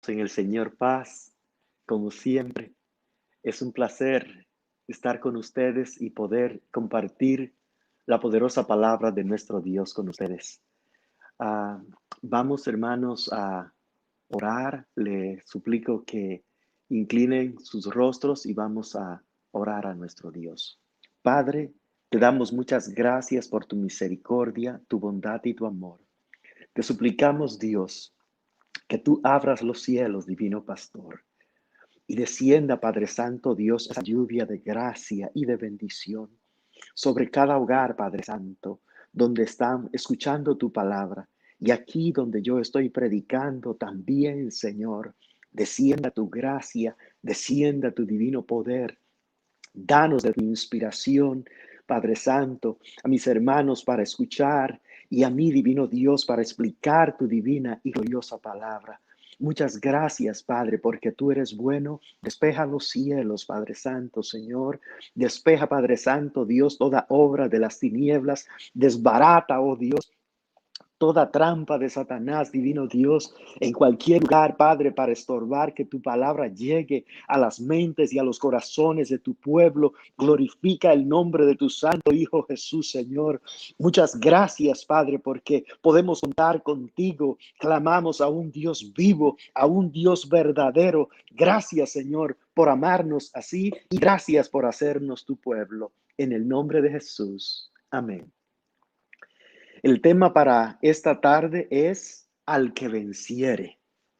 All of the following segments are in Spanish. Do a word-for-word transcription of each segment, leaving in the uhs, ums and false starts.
En el Señor paz, como siempre. Es un placer estar con ustedes y poder compartir la poderosa palabra de nuestro Dios con ustedes. Ah, vamos, hermanos, a orar. Les suplico que inclinen sus rostros y vamos a orar a nuestro Dios. Padre, te damos muchas gracias por tu misericordia, tu bondad y tu amor. Te suplicamos, Dios, que tú abras los cielos, divino pastor, y descienda, Padre Santo, Dios, esa lluvia de gracia y de bendición sobre cada hogar, Padre Santo, donde están escuchando tu palabra. Y aquí donde yo estoy predicando también, Señor, descienda tu gracia, descienda tu divino poder. Danos de tu inspiración, Padre Santo, a mis hermanos para escuchar y a mí, divino Dios, para explicar tu divina y gloriosa palabra. Muchas gracias, Padre, porque tú eres bueno. Despeja los cielos, Padre Santo, Señor. Despeja, Padre Santo, Dios, toda obra de las tinieblas. Desbarata, oh Dios, toda trampa de Satanás, divino Dios, en cualquier lugar, Padre, para estorbar que tu palabra llegue a las mentes y a los corazones de tu pueblo. Glorifica el nombre de tu santo Hijo Jesús, Señor. Muchas gracias, Padre, porque podemos contar contigo. Clamamos a un Dios vivo, a un Dios verdadero. Gracias, Señor, por amarnos así y gracias por hacernos tu pueblo. En el nombre de Jesús. Amén. El tema para esta tarde es al que venciere.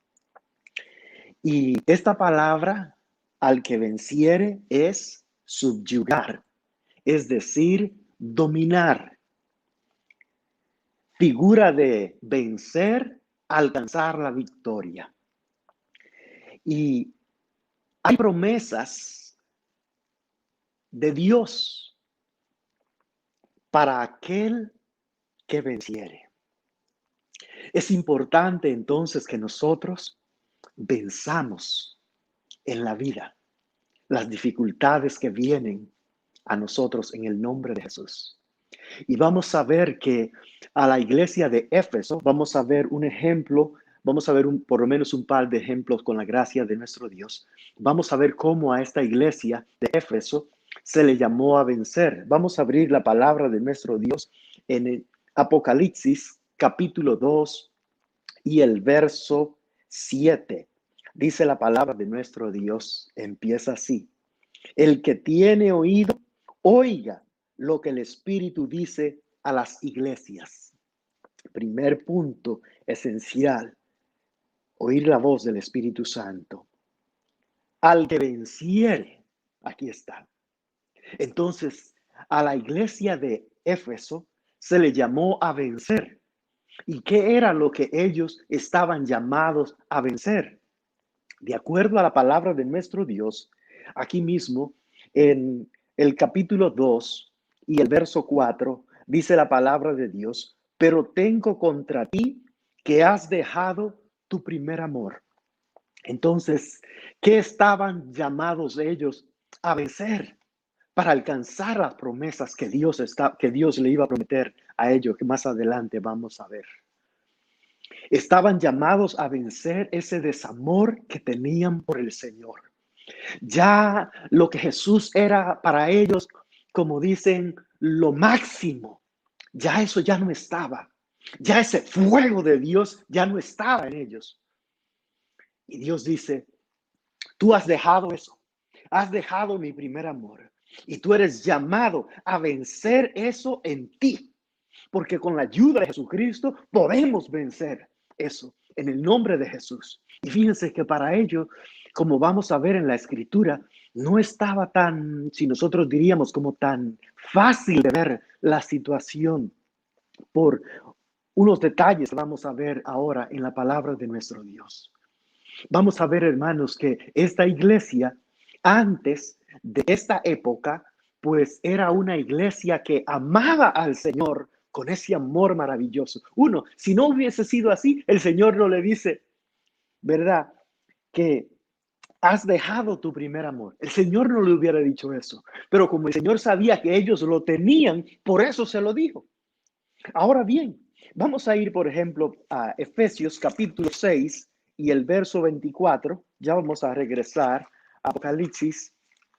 Y esta palabra, al que venciere, es subyugar, es decir, dominar. Figura de vencer, alcanzar la victoria. Y hay promesas de Dios para aquel que venciere. Es importante entonces que nosotros venzamos en la vida las dificultades que vienen a nosotros en el nombre de Jesús. Y vamos a ver que a la iglesia de Éfeso, vamos a ver un ejemplo, vamos a ver un, por lo menos un par de ejemplos con la gracia de nuestro Dios. Vamos a ver cómo a esta iglesia de Éfeso se le llamó a vencer. Vamos a abrir la palabra de nuestro Dios en el Apocalipsis capítulo dos y el verso siete. Dice la palabra de nuestro Dios, empieza así. El que tiene oído, oiga lo que el Espíritu dice a las iglesias. Primer punto esencial, oír la voz del Espíritu Santo. Al que venciere, aquí está. Entonces, a la iglesia de Éfeso se le llamó a vencer. ¿Y qué era lo que ellos estaban llamados a vencer? De acuerdo a la palabra de nuestro Dios, aquí mismo en el capítulo dos y el verso cuatro, dice la palabra de Dios, pero tengo contra ti que has dejado tu primer amor. Entonces, ¿qué estaban llamados ellos a vencer para alcanzar las promesas que Dios, está, que Dios le iba a prometer a ellos, que más adelante vamos a ver? Estaban llamados a vencer ese desamor que tenían por el Señor. Ya lo que Jesús era para ellos, como dicen, lo máximo, ya eso ya no estaba. Ya ese fuego de Dios ya no estaba en ellos. Y Dios dice, tú has dejado eso, has dejado mi primer amor. Y tú eres llamado a vencer eso en ti. Porque con la ayuda de Jesucristo podemos vencer eso en el nombre de Jesús. Y fíjense que para ello, como vamos a ver en la escritura, no estaba tan, si nosotros diríamos, como tan fácil de ver la situación por unos detalles que vamos a ver ahora en la palabra de nuestro Dios. Vamos a ver, hermanos, que esta iglesia, antes de esta época, pues era una iglesia que amaba al Señor con ese amor maravilloso. Uno, si no hubiese sido así, el Señor no le dice, ¿verdad? Que has dejado tu primer amor. El Señor no le hubiera dicho eso. Pero como el Señor sabía que ellos lo tenían, por eso se lo dijo. Ahora bien, vamos a ir, por ejemplo, a Efesios capítulo seis y el verso veinticuatro. Ya vamos a regresar a Apocalipsis,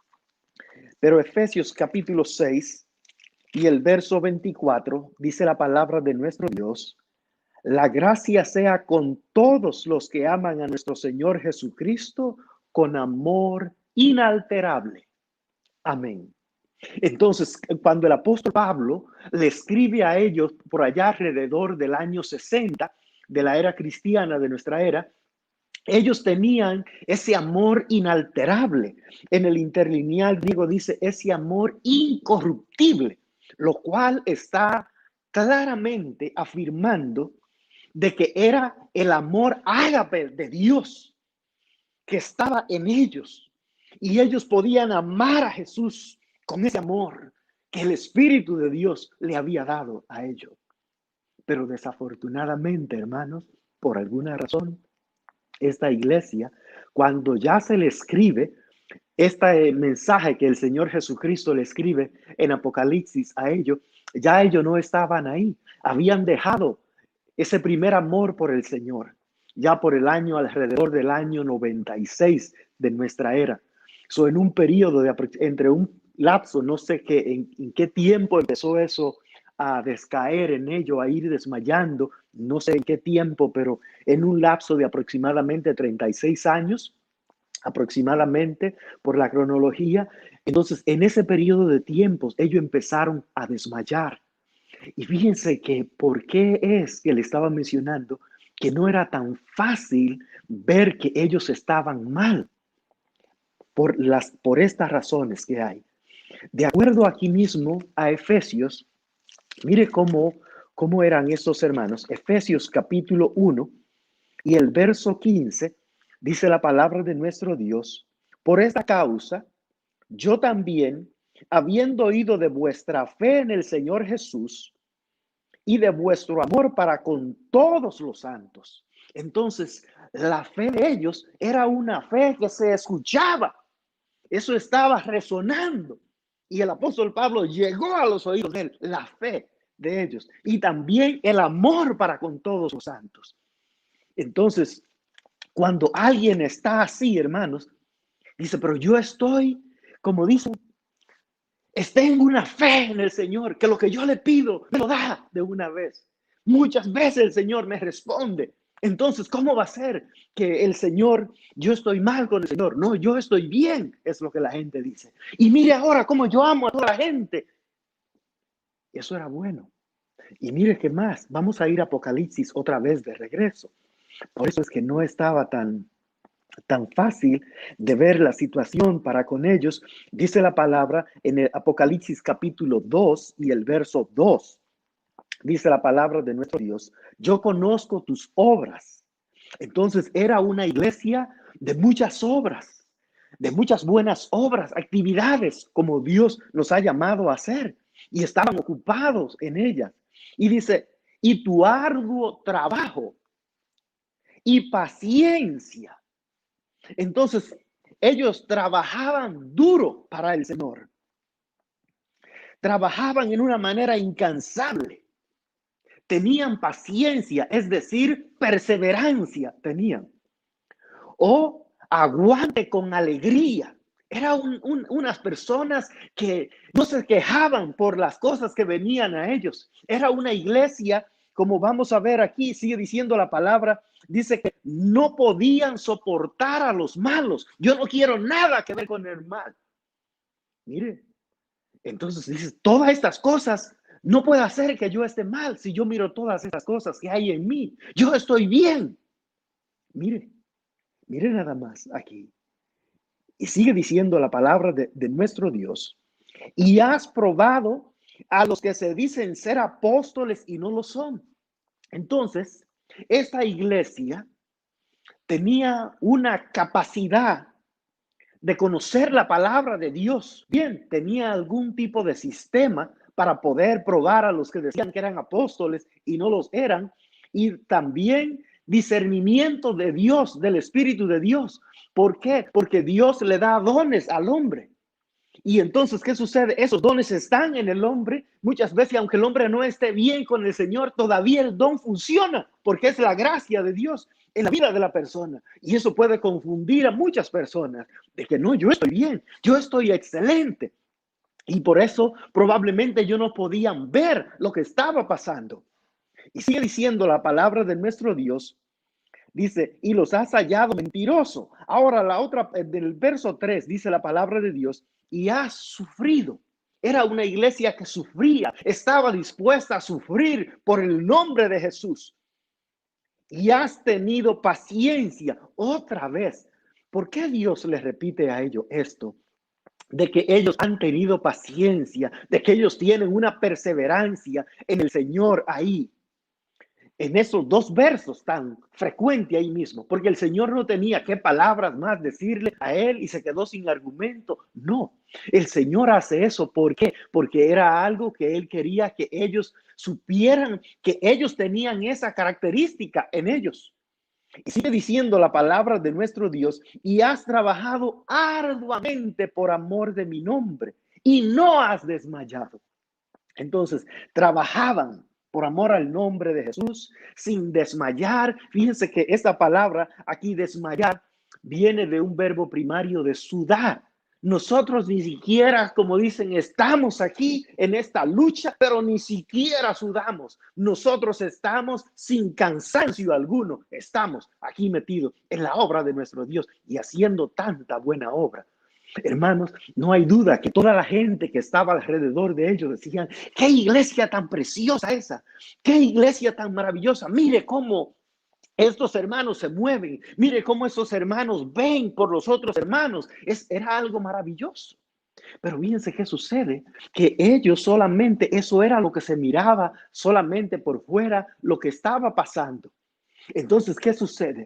pero Efesios capítulo seis y el verso veinticuatro dice la palabra de nuestro Dios: la gracia sea con todos los que aman a nuestro Señor Jesucristo con amor inalterable. Amén. Entonces, cuando el apóstol Pablo le escribe a ellos por allá alrededor del año sesenta de la era cristiana, de nuestra era, ellos tenían ese amor inalterable. En el interlineal griego dice ese amor incorruptible, lo cual está claramente afirmando de que era el amor ágape de Dios que estaba en ellos. Y ellos podían amar a Jesús con ese amor que el Espíritu de Dios le había dado a ellos. Pero desafortunadamente, hermanos, por alguna razón, esta iglesia, cuando ya se le escribe este mensaje que el Señor Jesucristo le escribe en Apocalipsis a ellos, ya ellos no estaban ahí. Habían dejado ese primer amor por el Señor, ya por el año, alrededor del año noventa y seis de nuestra era. So, en un periodo de entre un lapso, no sé qué, en, en qué tiempo empezó eso a descaer en ello, a ir desmayando, no sé en qué tiempo, pero en un lapso de aproximadamente treinta y seis años, aproximadamente por la cronología. Entonces, en ese periodo de tiempos, ellos empezaron a desmayar. Y fíjense que por qué es que le estaba mencionando que no era tan fácil ver que ellos estaban mal. Por, las, por estas razones que hay. De acuerdo aquí mismo a Efesios, mire cómo, cómo eran estos hermanos. Efesios capítulo uno y el verso quince dice la palabra de nuestro Dios: por esta causa, yo también, habiendo oído de vuestra fe en el Señor Jesús y de vuestro amor para con todos los santos. Entonces, la fe de ellos era una fe que se escuchaba. Eso estaba resonando. Y el apóstol Pablo llegó a los oídos de él, la fe de ellos. Y también el amor para con todos los santos. Entonces, cuando alguien está así, hermanos, dice, pero yo estoy, como dicen, tengo una fe en el Señor, que lo que yo le pido me lo da de una vez. Muchas veces el Señor me responde. Entonces, ¿cómo va a ser que el Señor, yo estoy mal con el Señor? No, yo estoy bien, es lo que la gente dice. Y mire ahora cómo yo amo a toda la gente. Eso era bueno. Y mire qué más, vamos a ir a Apocalipsis otra vez de regreso. Por eso es que no estaba tan, tan fácil de ver la situación para con ellos. Dice la palabra en el Apocalipsis capítulo dos y el verso dos. Dice la palabra de nuestro Dios: yo conozco tus obras. Entonces era una iglesia de muchas obras, de muchas buenas obras, actividades como Dios nos ha llamado a hacer, y estaban ocupados en ellas. Y dice, y tu arduo trabajo y paciencia. Entonces ellos trabajaban duro para el Señor. Trabajaban en una manera incansable. Tenían paciencia, es decir, perseverancia tenían. O aguante con alegría. Eran un, un, unas personas que no se quejaban por las cosas que venían a ellos. Era una iglesia, como vamos a ver aquí, sigue diciendo la palabra, dice que no podían soportar a los malos. Yo no quiero nada que ver con el mal. Mire, entonces dice, todas estas cosas no puede hacer que yo esté mal si yo miro todas esas cosas que hay en mí. Yo estoy bien. Mire, mire nada más aquí. Y sigue diciendo la palabra de, de nuestro Dios. Y has probado a los que se dicen ser apóstoles y no lo son. Entonces, esta iglesia tenía una capacidad de conocer la palabra de Dios. Bien, tenía algún tipo de sistema para poder probar a los que decían que eran apóstoles y no los eran. Y también discernimiento de Dios, del Espíritu de Dios. ¿Por qué? Porque Dios le da dones al hombre. Y entonces, ¿qué sucede? Esos dones están en el hombre. Muchas veces, aunque el hombre no esté bien con el Señor, todavía el don funciona porque es la gracia de Dios. en la vida de la persona. Y eso puede confundir a muchas personas de que no, yo estoy bien, yo estoy excelente. Y por eso probablemente ellos no podían ver lo que estaba pasando. Y sigue diciendo la palabra de nuestro Dios. Dice, y los has hallado mentiroso. Ahora la otra, del verso tres, dice la palabra de Dios, y has sufrido. Era una iglesia que sufría, estaba dispuesta a sufrir por el nombre de Jesús. Y has tenido paciencia otra vez. ¿Por qué Dios les repite a ellos esto? De que ellos han tenido paciencia, de que ellos tienen una perseverancia en el Señor ahí. En esos dos versos tan frecuente ahí mismo, porque el Señor no tenía qué palabras más decirle a él y se quedó sin argumento. No, el Señor hace eso. ¿Por qué? Porque era algo que él quería que ellos supieran, que ellos tenían esa característica en ellos. Y sigue diciendo la palabra de nuestro Dios, y has trabajado arduamente por amor de mi nombre y no has desmayado. Entonces, trabajaban por amor al nombre de Jesús sin desmayar. Fíjense que esta palabra aquí, desmayar, viene de un verbo primario de sudar. Nosotros ni siquiera, como dicen, estamos aquí en esta lucha, pero ni siquiera sudamos. Nosotros estamos sin cansancio alguno. Estamos aquí metidos en la obra de nuestro Dios y haciendo tanta buena obra. Hermanos, no hay duda que toda la gente que estaba alrededor de ellos decían, qué iglesia tan preciosa esa, qué iglesia tan maravillosa. Mire cómo estos hermanos se mueven, mire cómo esos hermanos ven por los otros hermanos. Es, era algo maravilloso. Pero fíjense qué sucede, que ellos solamente, eso era lo que se miraba solamente por fuera, lo que estaba pasando. Entonces, ¿qué sucede?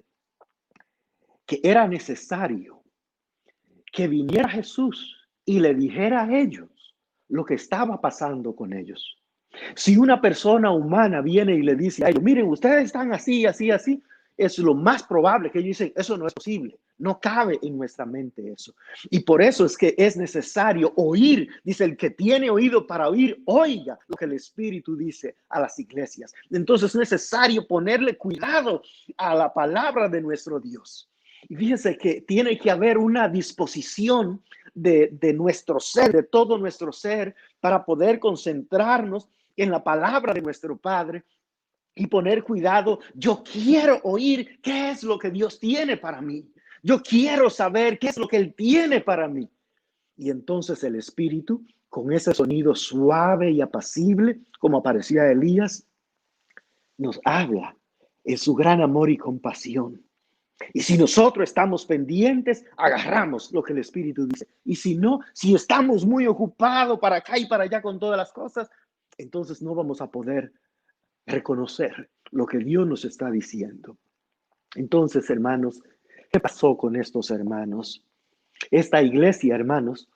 Que era necesario que viniera Jesús y le dijera a ellos lo que estaba pasando con ellos. Si una persona humana viene y le dice a ellos, miren, ustedes están así, así, así, es lo más probable que ellos dicen, eso no es posible, no cabe en nuestra mente eso. Y por eso es que es necesario oír, dice el que tiene oído para oír, oiga lo que el Espíritu dice a las iglesias. Entonces es necesario ponerle cuidado a la palabra de nuestro Dios. Y fíjense que tiene que haber una disposición de, de nuestro ser, de todo nuestro ser, para poder concentrarnos en la palabra de nuestro Padre y poner cuidado. Yo quiero oír qué es lo que Dios tiene para mí. Yo quiero saber qué es lo que Él tiene para mí. Y entonces el Espíritu, con ese sonido suave y apacible, como aparecía Elías, nos habla en su gran amor y compasión. Y si nosotros estamos pendientes, agarramos lo que el Espíritu dice. Y si no, si estamos muy ocupados para acá y para allá con todas las cosas, entonces no vamos a poder reconocer lo que Dios nos está diciendo. Entonces, hermanos, ¿qué pasó con estos hermanos? Esta iglesia, hermanos,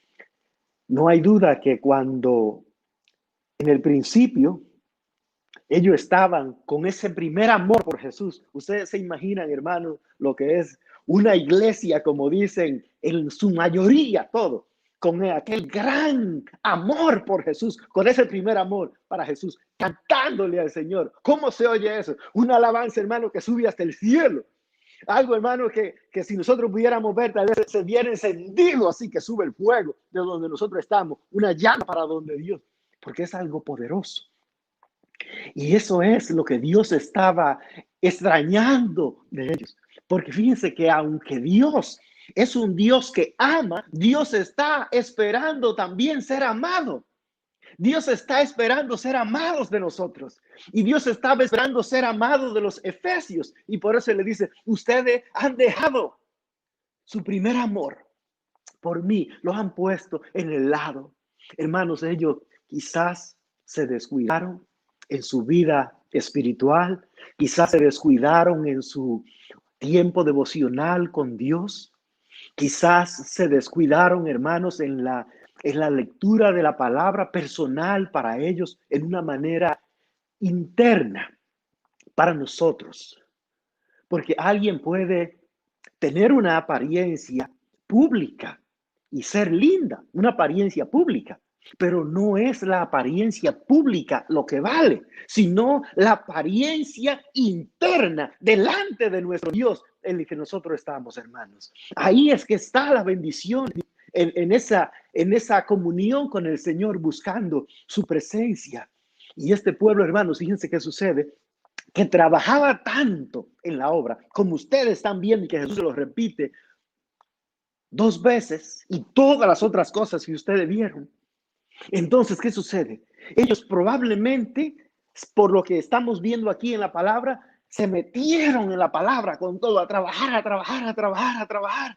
no hay duda que cuando en el principio ellos estaban con ese primer amor por Jesús. Ustedes se imaginan, hermanos, lo que es una iglesia, como dicen, en su mayoría todo, con aquel gran amor por Jesús, con ese primer amor para Jesús, cantándole al Señor. ¿Cómo se oye eso? Una alabanza, hermano, que sube hasta el cielo. Algo, hermano, que, que si nosotros pudiéramos ver, tal vez se viera encendido, así que sube el fuego de donde nosotros estamos, una llama para donde Dios, porque es algo poderoso. Y eso es lo que Dios estaba extrañando de ellos. Porque fíjense que aunque Dios es un Dios que ama, Dios está esperando también ser amado. Dios está esperando ser amados de nosotros. Y Dios estaba esperando ser amados de los efesios. Y por eso le dice, ustedes han dejado su primer amor por mí. Lo han puesto en el lado. Hermanos, ellos quizás se descuidaron en su vida espiritual, quizás se descuidaron en su tiempo devocional con Dios, quizás se descuidaron, hermanos, en la, en la lectura de la palabra personal para ellos en una manera interna para nosotros, porque alguien puede tener una apariencia pública y ser linda, una apariencia pública, Pero no es la apariencia pública lo que vale, sino la apariencia interna delante de nuestro Dios en el que nosotros estamos, hermanos. Ahí es que está la bendición. En, en, esa, en esa comunión con el Señor, buscando su presencia. Y este pueblo, hermanos, fíjense qué sucede, que trabajaba tanto en la obra, como ustedes están viendo, y que Jesús lo repite dos veces, y todas las otras cosas que ustedes vieron. Entonces, ¿qué sucede? Ellos probablemente, por lo que estamos viendo aquí en la palabra, se metieron en la palabra con todo, a trabajar, a trabajar, a trabajar, a trabajar.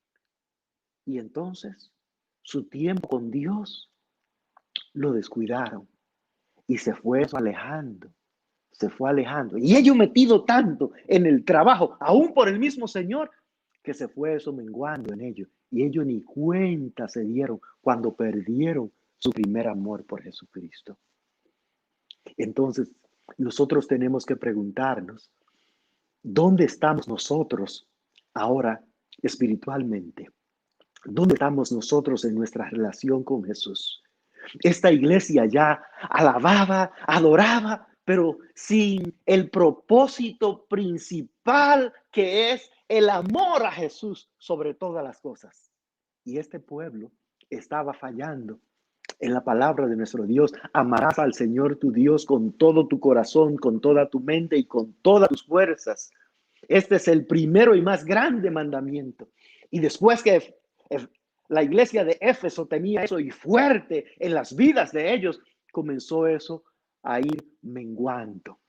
Y entonces, su tiempo con Dios lo descuidaron y se fue alejando, se fue alejando. Y ellos metido tanto en el trabajo, aún por el mismo Señor, que se fue eso menguando en ellos. Y ellos ni cuenta se dieron cuando perdieron su primer amor por Jesucristo. Entonces, nosotros tenemos que preguntarnos, ¿dónde estamos nosotros ahora espiritualmente? ¿Dónde estamos nosotros en nuestra relación con Jesús? Esta iglesia ya alababa, adoraba, pero sin el propósito principal, que es el amor a Jesús sobre todas las cosas. Y este pueblo estaba fallando en la palabra de nuestro Dios. Amarás al Señor tu Dios con todo tu corazón, con toda tu mente y con todas tus fuerzas. Este es el primero y más grande mandamiento. Y después que la iglesia de Éfeso tenía eso y fuerte en las vidas de ellos, comenzó eso a ir menguando.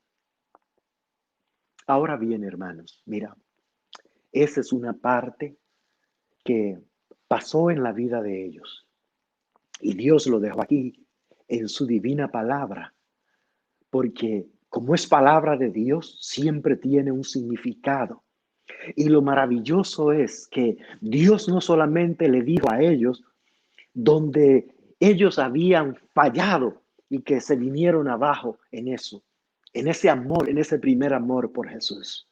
Ahora bien, hermanos, mira, esa es una parte que pasó en la vida de ellos. Y Dios lo dejó aquí en su divina palabra, porque como es palabra de Dios, siempre tiene un significado. Y lo maravilloso es que Dios no solamente le dijo a ellos donde ellos habían fallado y que se vinieron abajo en eso, en ese amor, en ese primer amor por Jesús.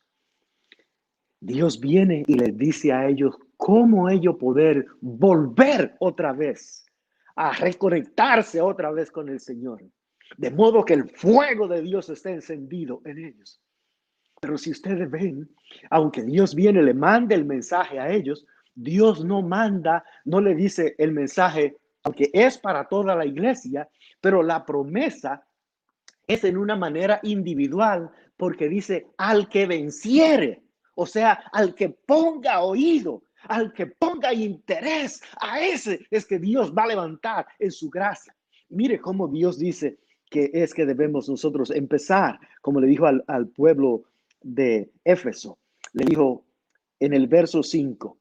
Dios viene y les dice a ellos cómo ellos poder volver otra vez a reconectarse otra vez con el Señor, de modo que el fuego de Dios esté encendido en ellos. Pero si ustedes ven, aunque Dios viene, le manda el mensaje a ellos, Dios no manda, no le dice el mensaje, aunque es para toda la iglesia, pero la promesa es en una manera individual, porque dice al que venciere, o sea, al que ponga oído, al que ponga interés, a ese es que Dios va a levantar en su gracia. Mire cómo Dios dice que es que debemos nosotros empezar, como le dijo al, al pueblo de Éfeso, le dijo en el verso cinco,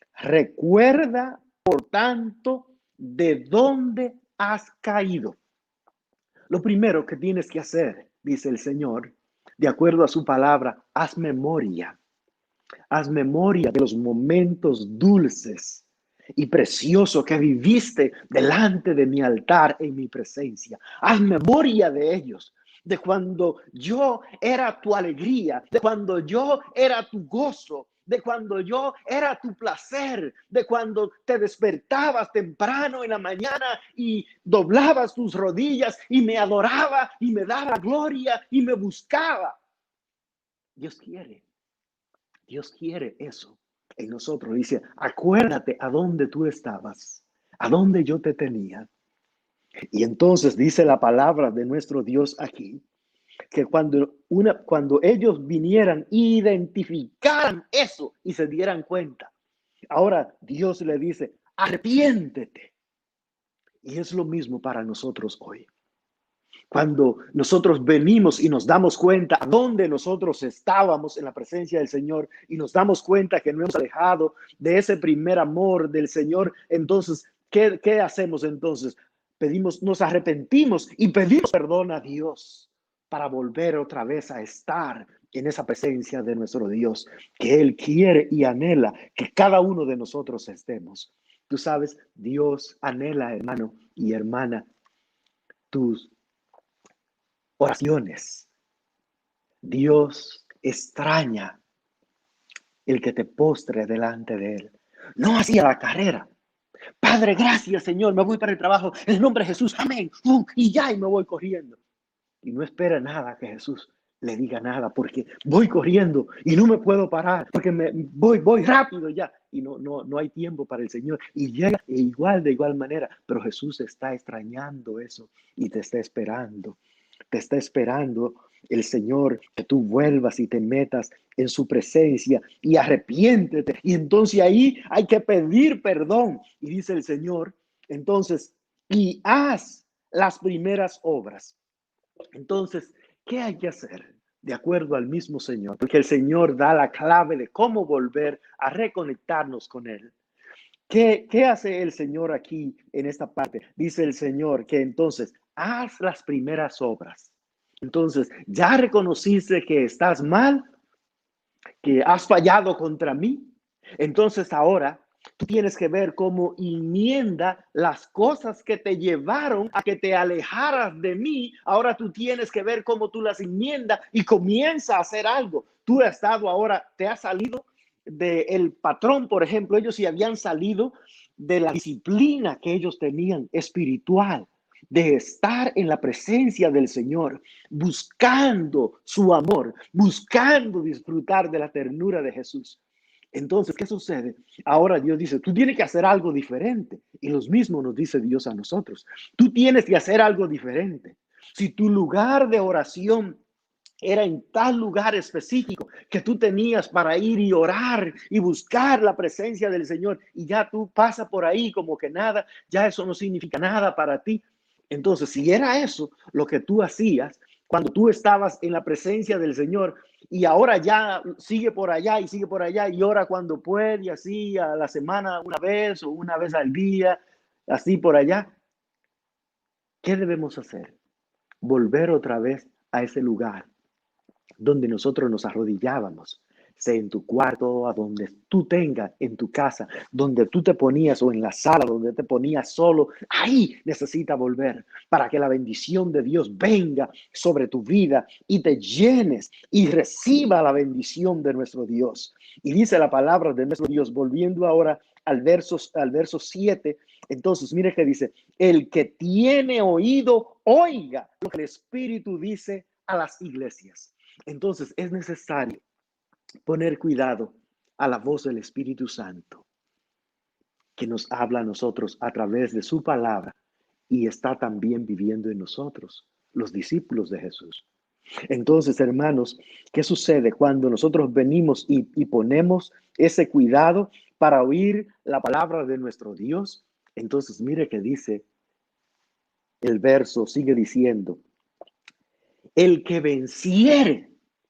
recuerda por tanto de dónde has caído. Lo primero que tienes que hacer, dice el Señor, de acuerdo a su palabra, haz memoria. Haz memoria de los momentos dulces y preciosos que viviste delante de mi altar en mi presencia. Haz memoria de ellos, de cuando yo era tu alegría, de cuando yo era tu gozo, de cuando yo era tu placer, de cuando te despertabas temprano en la mañana y doblabas tus rodillas y me adoraba y me daba gloria y me buscaba. Dios quiere, Dios quiere eso en nosotros. Dice, acuérdate a dónde tú estabas, a dónde yo te tenía. Y entonces dice la palabra de nuestro Dios aquí, que cuando, una, cuando ellos vinieran, identificaran eso y se dieran cuenta. Ahora Dios le dice, arrepiéntete. Y es lo mismo para nosotros hoy. Cuando nosotros venimos y nos damos cuenta a dónde nosotros estábamos en la presencia del Señor y nos damos cuenta que no hemos alejado de ese primer amor del Señor, entonces, ¿qué, qué hacemos entonces? Pedimos, nos arrepentimos y pedimos perdón a Dios para volver otra vez a estar en esa presencia de nuestro Dios, que Él quiere y anhela que cada uno de nosotros estemos. Tú sabes, Dios anhela, hermano y hermana, tus oraciones. Dios extraña el que te postre delante de Él. No hacía la carrera, Padre, gracias, Señor, me voy para el trabajo. En el nombre de Jesús, amén. ¡Fum! Y ya, y me voy corriendo. Y no espera nada que Jesús le diga nada, porque voy corriendo y no me puedo parar, porque me voy, voy rápido ya. Y no, no, no hay tiempo para el Señor. Y llega igual, de igual manera. Pero Jesús está extrañando eso y te está esperando. Te está esperando el Señor que tú vuelvas y te metas en su presencia y arrepiéntete. Y entonces ahí hay que pedir perdón. Y dice el Señor, entonces, y haz las primeras obras. Entonces, ¿qué hay que hacer? De acuerdo al mismo Señor, porque el Señor da la clave de cómo volver a reconectarnos con Él. ¿Qué, qué hace el Señor aquí en esta parte? Dice el Señor que entonces haz las primeras obras. Entonces, ya reconociste que estás mal, que has fallado contra mí. Entonces ahora tú tienes que ver cómo enmienda las cosas que te llevaron a que te alejaras de mí. Ahora tú tienes que ver cómo tú las enmiendas y comienza a hacer algo. Tú has estado ahora, te has salido del patrón, por ejemplo, ellos sí habían salido de la disciplina que ellos tenían espiritual, de estar en la presencia del Señor, buscando su amor, buscando disfrutar de la ternura de Jesús. Entonces, ¿qué sucede? Ahora Dios dice, tú tienes que hacer algo diferente. Y lo mismo nos dice Dios a nosotros. Tú tienes que hacer algo diferente. Si tu lugar de oración era en tal lugar específico que tú tenías para ir y orar y buscar la presencia del Señor, y ya tú pasas por ahí como que nada, ya eso no significa nada para ti. Entonces, si era eso lo que tú hacías cuando tú estabas en la presencia del Señor, y ahora ya sigue por allá y sigue por allá y ora cuando puede, y así a la semana una vez o una vez al día, así por allá, ¿qué debemos hacer? Volver otra vez a ese lugar donde nosotros nos arrodillábamos, sea en tu cuarto, a donde tú tengas, en tu casa, donde tú te ponías o en la sala donde te ponías solo, ahí necesita volver para que la bendición de Dios venga sobre tu vida y te llenes y reciba la bendición de nuestro Dios. Y dice la palabra de nuestro Dios, volviendo ahora al verso, al verso siete, entonces mire que dice, el que tiene oído, oiga lo que el Espíritu dice a las iglesias. Entonces es necesario poner cuidado a la voz del Espíritu Santo que nos habla a nosotros a través de su palabra y está también viviendo en nosotros, los discípulos de Jesús. Entonces, hermanos, ¿qué sucede cuando nosotros venimos y, y ponemos ese cuidado para oír la palabra de nuestro Dios? Entonces, mire que dice el verso, sigue diciendo, el que venciere.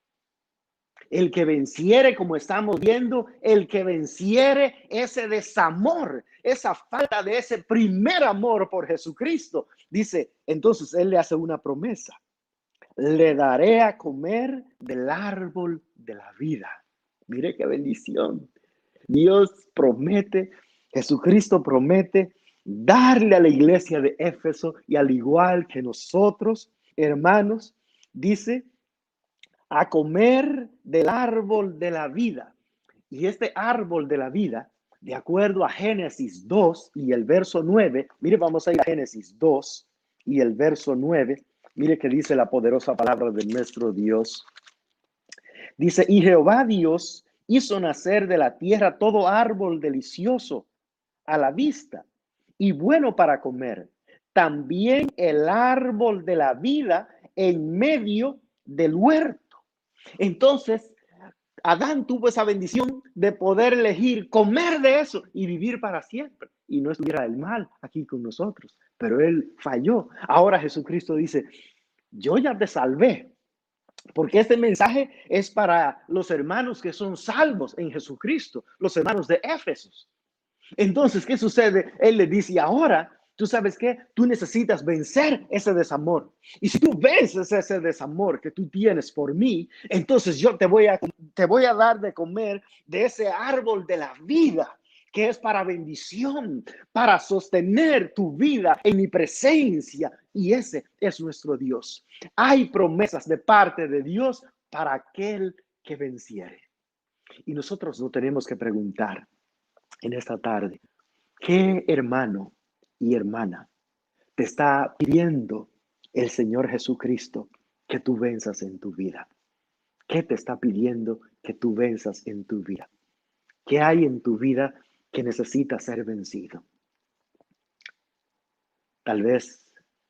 El que venciere, como estamos viendo, el que venciere ese desamor, esa falta de ese primer amor por Jesucristo. Dice, entonces él le hace una promesa. Le daré a comer del árbol de la vida. Mire qué bendición. Dios promete, Jesucristo promete darle a la iglesia de Éfeso y al igual que nosotros, hermanos, dice, a comer del árbol de la vida. Y este árbol de la vida, de acuerdo a Génesis dos y el verso nueve, mire, vamos a ir a Génesis dos y el verso nueve, mire que dice la poderosa palabra de nuestro Dios. Dice, y Jehová Dios hizo nacer de la tierra todo árbol delicioso a la vista y bueno para comer. También el árbol de la vida en medio del huerto. Entonces, Adán tuvo esa bendición de poder elegir comer de eso y vivir para siempre. Y no estuviera el mal aquí con nosotros, pero él falló. Ahora Jesucristo dice, yo ya te salvé, porque este mensaje es para los hermanos que son salvos en Jesucristo, los hermanos de Éfeso. Entonces, ¿qué sucede? Él le dice, ahora, ¿tú sabes qué? Tú necesitas vencer ese desamor. Y si tú vences ese desamor que tú tienes por mí, entonces yo te voy a, te voy a dar de comer de ese árbol de la vida, que es para bendición, para sostener tu vida en mi presencia. Y ese es nuestro Dios. Hay promesas de parte de Dios para aquel que venciere. Y nosotros no tenemos que preguntar en esta tarde, ¿Qué hermano y hermana te está pidiendo el Señor Jesucristo que tú venzas en tu vida? ¿Qué te está pidiendo que tú venzas en tu vida? ¿Qué hay en tu vida que necesita ser vencido? Tal vez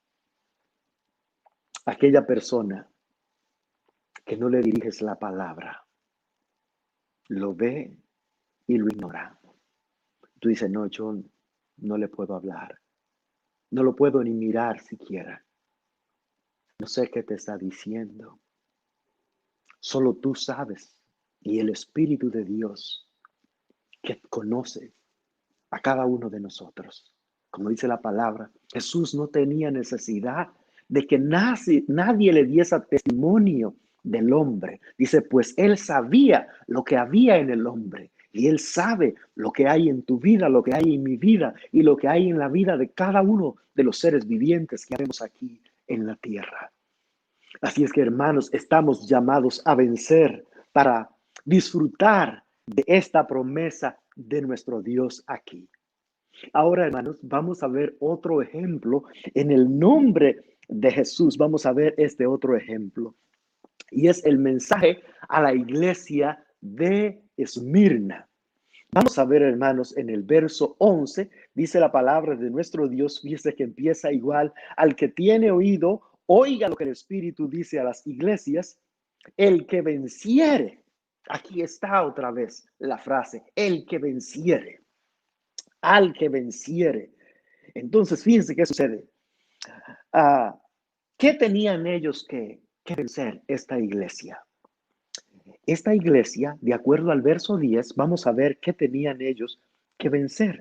aquella persona que no le diriges la palabra, lo ve y lo ignora. Tú dices, no, yo no le puedo hablar. No lo puedo ni mirar siquiera. No sé qué te está diciendo. Solo tú sabes. Y el Espíritu de Dios que conoce a cada uno de nosotros. Como dice la palabra, Jesús no tenía necesidad de que nadie, nadie le diese testimonio del hombre. Dice, pues él sabía lo que había en el hombre. Y él sabe lo que hay en tu vida, lo que hay en mi vida y lo que hay en la vida de cada uno de los seres vivientes que vemos aquí en la tierra. Así es que, hermanos, estamos llamados a vencer para disfrutar de esta promesa de nuestro Dios aquí. Ahora, hermanos, vamos a ver otro ejemplo. En el nombre de Jesús, vamos a ver este otro ejemplo. Y es el mensaje a la iglesia de Esmirna. Vamos a ver, hermanos, en el verso once, dice la palabra de nuestro Dios, fíjese que empieza igual: al que tiene oído, oiga lo que el Espíritu dice a las iglesias. El que venciere, aquí está otra vez la frase, el que venciere, al que venciere. Entonces, fíjense qué sucede. Uh, ¿Qué tenían ellos que, que vencer esta iglesia? Esta iglesia, de acuerdo al verso diez, vamos a ver qué tenían ellos que vencer.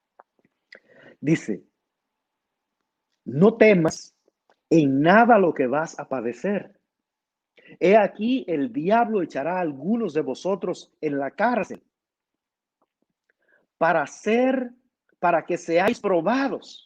Dice, no temas en nada lo que vas a padecer. He aquí, el diablo echará a algunos de vosotros en la cárcel para hacer, para que seáis probados,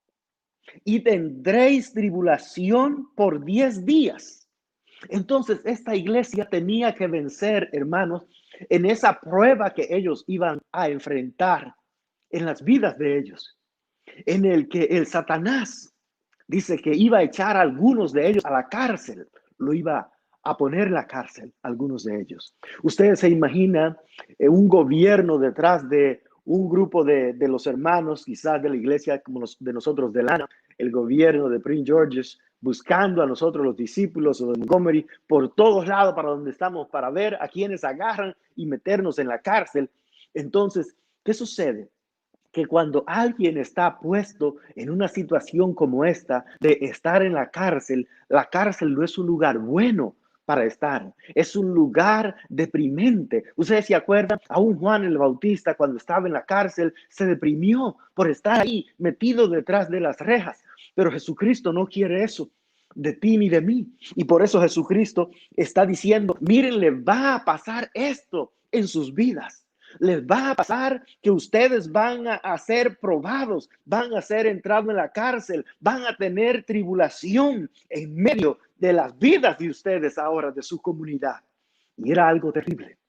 y tendréis tribulación por diez días. Entonces, esta iglesia tenía que vencer, hermanos, en esa prueba que ellos iban a enfrentar en las vidas de ellos, en el que el Satanás dice que iba a echar a algunos de ellos a la cárcel, lo iba a poner en la cárcel, algunos de ellos. Ustedes se imaginan eh, un gobierno detrás de un grupo de, de los hermanos, quizás de la iglesia como los, de nosotros de Lana, el gobierno de Prince George's, buscando a nosotros los discípulos o de Montgomery por todos lados para donde estamos, para ver a quienes agarran y meternos en la cárcel. Entonces, ¿qué sucede? Que cuando alguien está puesto en una situación como esta de estar en la cárcel, la cárcel no es un lugar bueno para estar, es un lugar deprimente. Ustedes se acuerdan, aún Juan el Bautista cuando estaba en la cárcel se deprimió por estar ahí metido detrás de las rejas, pero Jesucristo no quiere eso de ti ni de mí, y por eso Jesucristo está diciendo, miren, le va a pasar esto en sus vidas. Les va a pasar que ustedes van a, a ser probados, van a ser entrados en la cárcel, van a tener tribulación en medio de las vidas de ustedes ahora, de su comunidad. Y era algo terrible.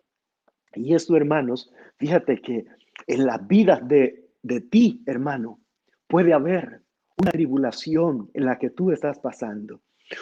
Y esto, hermanos, fíjate que en la vida de, de ti, hermano, puede haber una tribulación en la que tú estás pasando,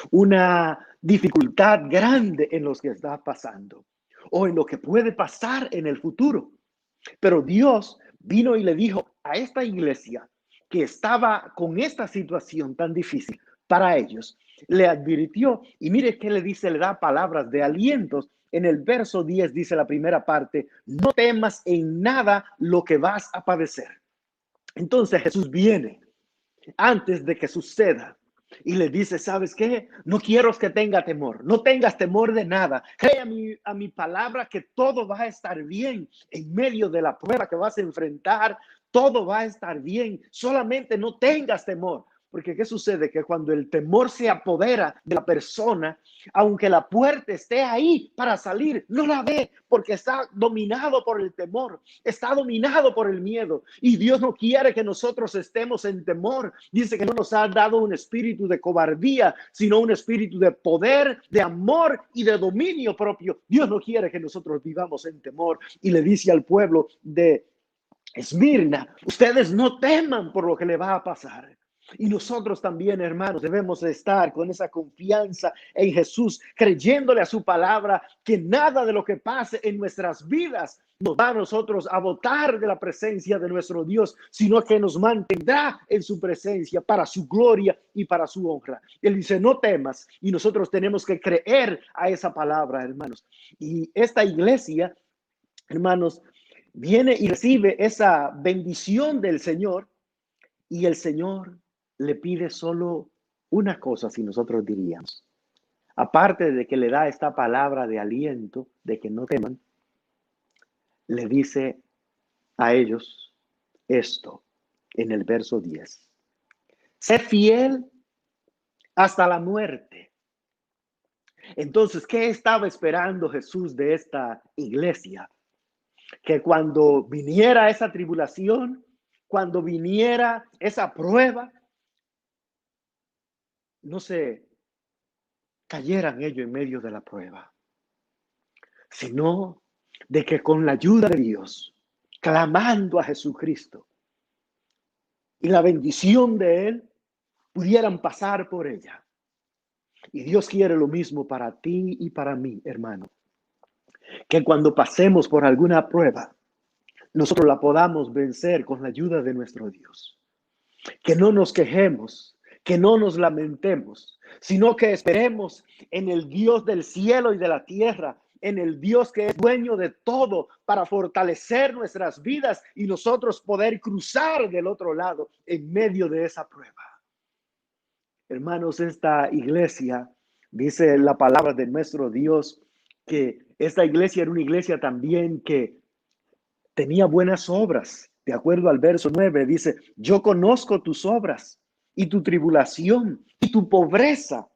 una dificultad grande en los que estás pasando, o en lo que puede pasar en el futuro. Pero Dios vino y le dijo a esta iglesia que estaba con esta situación tan difícil para ellos, le advirtió, y mire qué le dice, le da palabras de alientos. En el verso diez dice la primera parte, no temas en nada lo que vas a padecer. Entonces Jesús viene antes de que suceda y le dice, ¿sabes qué? No quiero que tenga temor, no tengas temor de nada. Cree a mi, a mi palabra que todo va a estar bien en medio de la prueba que vas a enfrentar. Todo va a estar bien, solamente no tengas temor. Porque ¿qué sucede? Que cuando el temor se apodera de la persona, aunque la puerta esté ahí para salir, no la ve porque está dominado por el temor, está dominado por el miedo. Y Dios no quiere que nosotros estemos en temor. Dice que no nos ha dado un espíritu de cobardía, sino un espíritu de poder, de amor y de dominio propio. Dios no quiere que nosotros vivamos en temor. Y le dice al pueblo de Esmirna, ustedes no teman por lo que le va a pasar. Y nosotros también, hermanos, debemos estar con esa confianza en Jesús, creyéndole a su palabra, que nada de lo que pase en nuestras vidas nos va a nosotros a botar de la presencia de nuestro Dios, sino que nos mantendrá en su presencia para su gloria y para su honra. Él dice, no temas, y nosotros tenemos que creer a esa palabra, hermanos. Y esta iglesia, hermanos, viene y recibe esa bendición del Señor, y el Señor le pide solo una cosa, si nosotros diríamos. Aparte de que le da esta palabra de aliento, de que no teman, le dice a ellos esto en el verso diez. Sé fiel hasta la muerte. Entonces, ¿qué estaba esperando Jesús de esta iglesia? Que cuando viniera esa tribulación, cuando viniera esa prueba, no se cayeran ellos en medio de la prueba, sino de que con la ayuda de Dios, clamando a Jesucristo y la bendición de Él, pudieran pasar por ella. Y Dios quiere lo mismo para ti y para mí, hermano. Que cuando pasemos por alguna prueba, nosotros la podamos vencer con la ayuda de nuestro Dios. Que no nos quejemos, que no nos lamentemos, sino que esperemos en el Dios del cielo y de la tierra, en el Dios que es dueño de todo, para fortalecer nuestras vidas y nosotros poder cruzar del otro lado en medio de esa prueba. Hermanos, esta iglesia, dice la palabra de nuestro Dios, que esta iglesia era una iglesia también que tenía buenas obras. De acuerdo al verso nueve, dice, yo conozco tus obras y tu tribulación y tu pobreza,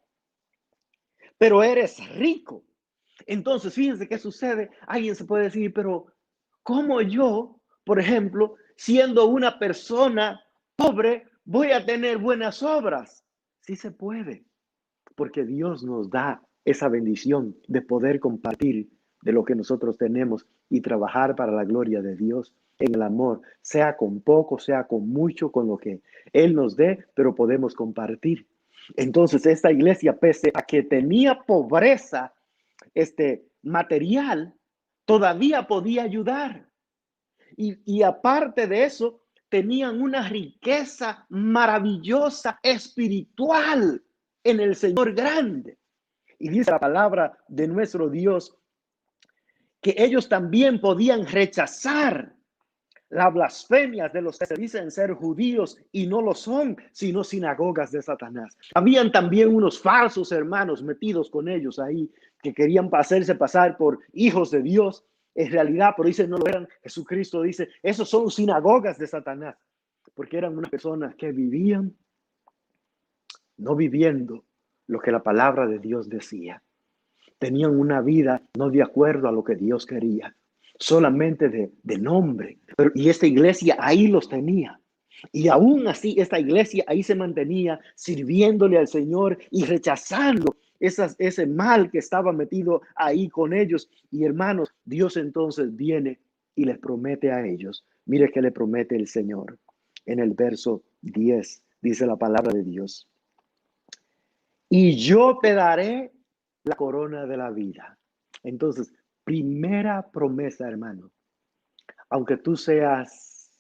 pero eres rico. Entonces, fíjense qué sucede. Alguien se puede decir, pero ¿cómo yo, por ejemplo, siendo una persona pobre, voy a tener buenas obras? Sí se puede, porque Dios nos da esa bendición de poder compartir de lo que nosotros tenemos y trabajar para la gloria de Dios en el amor, sea con poco, sea con mucho, con lo que Él nos dé, pero podemos compartir. Entonces, esta iglesia, pese a que tenía pobreza este, material, todavía podía ayudar. Y, y aparte de eso, tenían una riqueza maravillosa espiritual en el Señor grande. Y dice la palabra de nuestro Dios que ellos también podían rechazar las blasfemias de los que se dicen ser judíos y no lo son, sino sinagogas de Satanás. Habían también unos falsos hermanos metidos con ellos ahí que querían hacerse pasar por hijos de Dios. En realidad, pero dicen no lo eran. Jesucristo dice, esos son sinagogas de Satanás, porque eran unas personas que vivían no viviendo lo que la palabra de Dios decía. Tenían una vida no de acuerdo a lo que Dios quería, solamente de, de nombre. Pero, y esta iglesia ahí los tenía. Y aún así esta iglesia ahí se mantenía sirviéndole al Señor y rechazando esas, ese mal que estaba metido ahí con ellos. Y hermanos, Dios entonces viene y les promete a ellos. Mire que le promete el Señor. En el verso diez dice la palabra de Dios. Y yo te daré la corona de la vida. Entonces, primera promesa, hermano. Aunque tú seas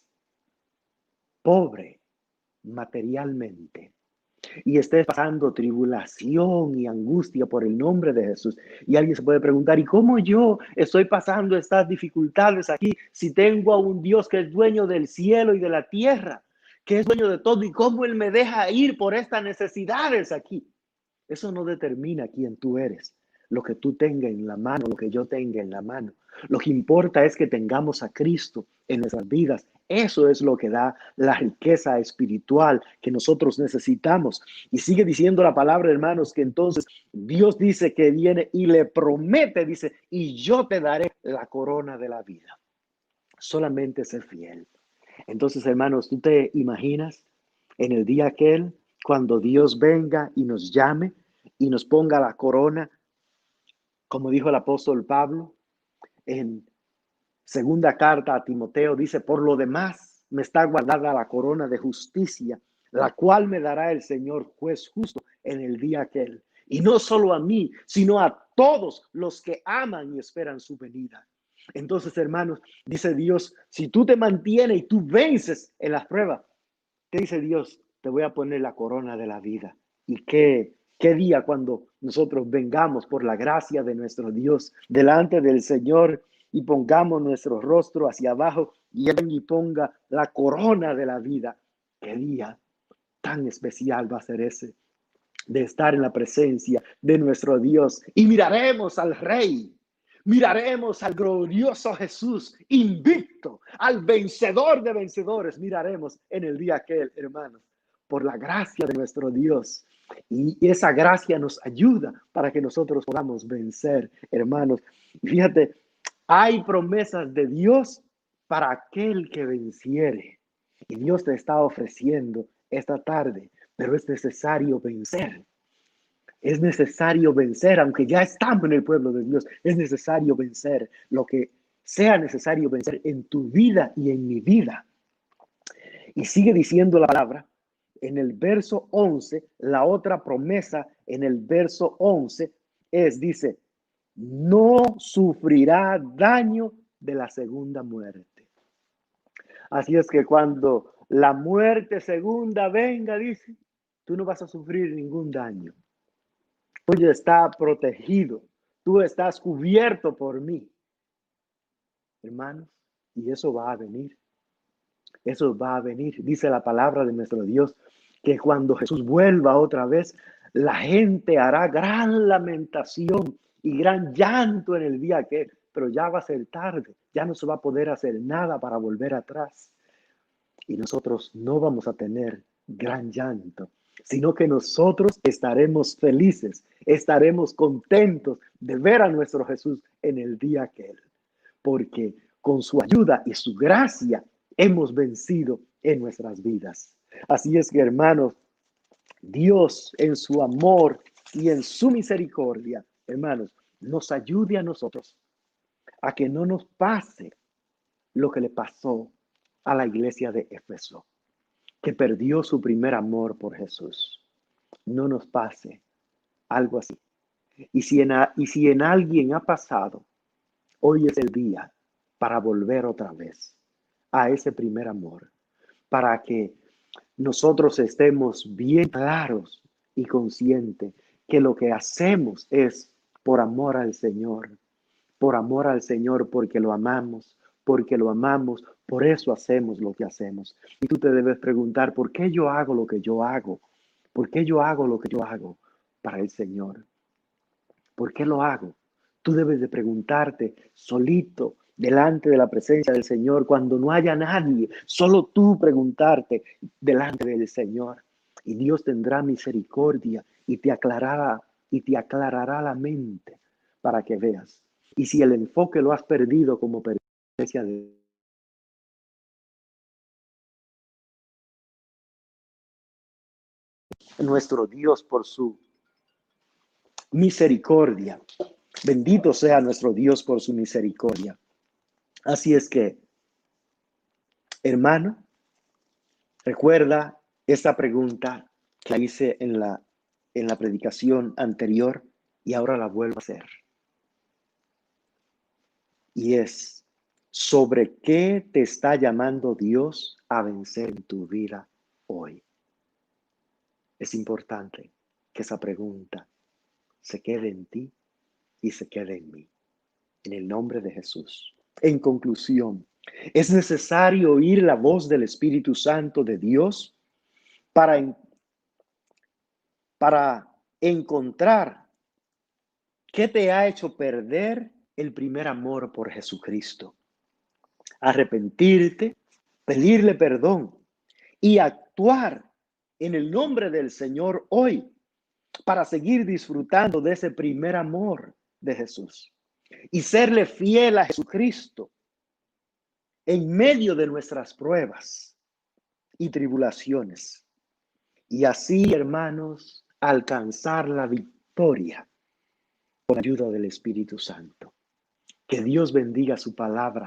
pobre materialmente y estés pasando tribulación y angustia por el nombre de Jesús, y alguien se puede preguntar, ¿y cómo yo estoy pasando estas dificultades aquí si tengo a un Dios que es dueño del cielo y de la tierra, que es dueño de todo, y cómo Él me deja ir por estas necesidades aquí? Eso no determina quién tú eres, lo que tú tengas en la mano, lo que yo tenga en la mano. Lo que importa es que tengamos a Cristo en nuestras vidas. Eso es lo que da la riqueza espiritual que nosotros necesitamos. Y sigue diciendo la palabra, hermanos, que entonces Dios dice que viene y le promete, dice, y yo te daré la corona de la vida. Solamente ser fiel. Entonces, hermanos, ¿tú te imaginas en el día aquel cuando Dios venga y nos llame y nos ponga la corona, como dijo el apóstol Pablo, en Segunda carta a Timoteo dice, por lo demás me está guardada la corona de justicia, la cual me dará el Señor juez justo en el día aquel. Y no solo a mí, sino a todos los que aman y esperan su venida. Entonces, hermanos, dice Dios, si tú te mantienes y tú vences en las pruebas, ¿qué dice Dios? Te voy a poner la corona de la vida. ¿Y qué, qué día cuando nosotros vengamos por la gracia de nuestro Dios delante del Señor y pongamos nuestro rostro hacia abajo y Él y ponga la corona de la vida? ¿Qué día tan especial va a ser ese de estar en la presencia de nuestro Dios? Y miraremos al Rey. Miraremos al glorioso Jesús, invicto, al vencedor de vencedores. Miraremos en el día aquel, hermanos, por la gracia de nuestro Dios. Y esa gracia nos ayuda para que nosotros podamos vencer, hermanos. Fíjate, hay promesas de Dios para aquel que venciere. Y Dios te está ofreciendo esta tarde, pero es necesario vencer. Es necesario vencer, aunque ya estamos en el pueblo de Dios, es necesario vencer lo que sea necesario vencer en tu vida y en mi vida. Y sigue diciendo la palabra en el verso once, la otra promesa en el verso once es, dice, no sufrirá daño de la segunda muerte. Así es que cuando la muerte segunda venga, dice, tú no vas a sufrir ningún daño. Tú estás protegido, tú estás cubierto por mí, hermanos, y eso va a venir, eso va a venir. Dice la palabra de nuestro Dios, que cuando Jesús vuelva otra vez, la gente hará gran lamentación y gran llanto en el día aquel, pero ya va a ser tarde, ya no se va a poder hacer nada para volver atrás. Y nosotros no vamos a tener gran llanto, sino que nosotros estaremos felices, estaremos contentos de ver a nuestro Jesús en el día aquel, porque con su ayuda y su gracia hemos vencido en nuestras vidas. Así es que, hermanos, Dios en su amor y en su misericordia, hermanos, nos ayude a nosotros a que no nos pase lo que le pasó a la iglesia de Éfeso, que perdió su primer amor por Jesús. No nos pase algo así. Y si en, y si en alguien ha pasado, hoy es el día para volver otra vez a ese primer amor, para que nosotros estemos bien claros y conscientes que lo que hacemos es por amor al Señor, por amor al Señor, porque lo amamos, porque lo amamos, por eso hacemos lo que hacemos. Y tú te debes preguntar, ¿por qué yo hago lo que yo hago? ¿Por qué yo hago lo que yo hago para el Señor? ¿Por qué lo hago? Tú debes de preguntarte solito, delante de la presencia del Señor, cuando no haya nadie, solo tú preguntarte delante del Señor. Y Dios tendrá misericordia y te aclarará, y te aclarará la mente para que veas. Y si el enfoque lo has perdido como presencia de nuestro Dios por su misericordia. Bendito sea nuestro Dios por su misericordia. Así es que, hermano, recuerda esta pregunta que hice en la, en la predicación anterior y ahora la vuelvo a hacer. Y es, ¿sobre qué te está llamando Dios a vencer en tu vida hoy? Es importante que esa pregunta se quede en ti y se quede en mí. En el nombre de Jesús. En conclusión, es necesario oír la voz del Espíritu Santo de Dios para, para encontrar qué te ha hecho perder el primer amor por Jesucristo. Arrepentirte, pedirle perdón y actuar en el nombre del Señor hoy para seguir disfrutando de ese primer amor de Jesús y serle fiel a Jesucristo en medio de nuestras pruebas y tribulaciones. Y así, hermanos, alcanzar la victoria con ayuda del Espíritu Santo. Que Dios bendiga su palabra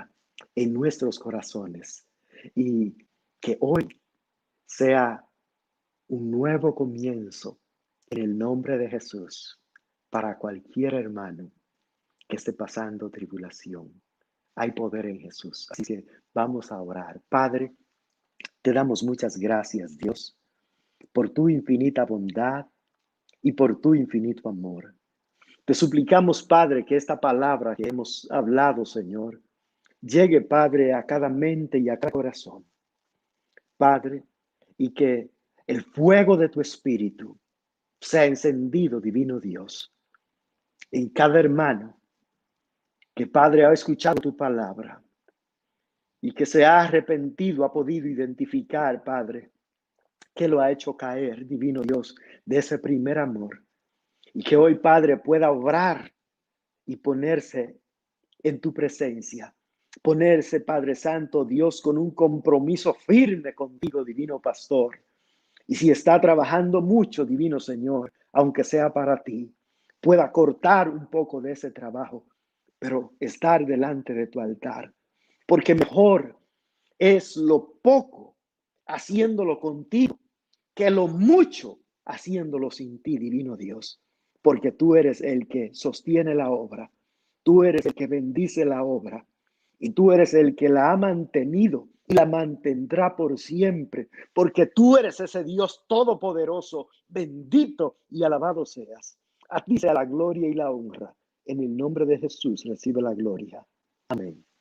en nuestros corazones y que hoy sea un nuevo comienzo en el nombre de Jesús para cualquier hermano que esté pasando tribulación. Hay poder en Jesús. Así que vamos a orar. Padre, te damos muchas gracias, Dios, por tu infinita bondad y por tu infinito amor. Te suplicamos, Padre, que esta palabra que hemos hablado, Señor, llegue, Padre, a cada mente y a cada corazón. Padre, y que el fuego de tu Espíritu sea encendido, divino Dios, en cada hermano que, Padre, ha escuchado tu palabra y que se ha arrepentido, ha podido identificar, Padre, que lo ha hecho caer, divino Dios, de ese primer amor. Y que hoy, Padre, pueda obrar y ponerse en tu presencia. Ponerse, Padre Santo, Dios, con un compromiso firme contigo, divino Pastor. Y si está trabajando mucho, divino Señor, aunque sea para ti, pueda cortar un poco de ese trabajo, pero estar delante de tu altar. Porque mejor es lo poco haciéndolo contigo que lo mucho haciéndolo sin ti, divino Dios. Porque tú eres el que sostiene la obra. Tú eres el que bendice la obra. Y tú eres el que la ha mantenido y la mantendrá por siempre. Porque tú eres ese Dios todopoderoso. Bendito y alabado seas. A ti sea la gloria y la honra. En el nombre de Jesús recibe la gloria. Amén.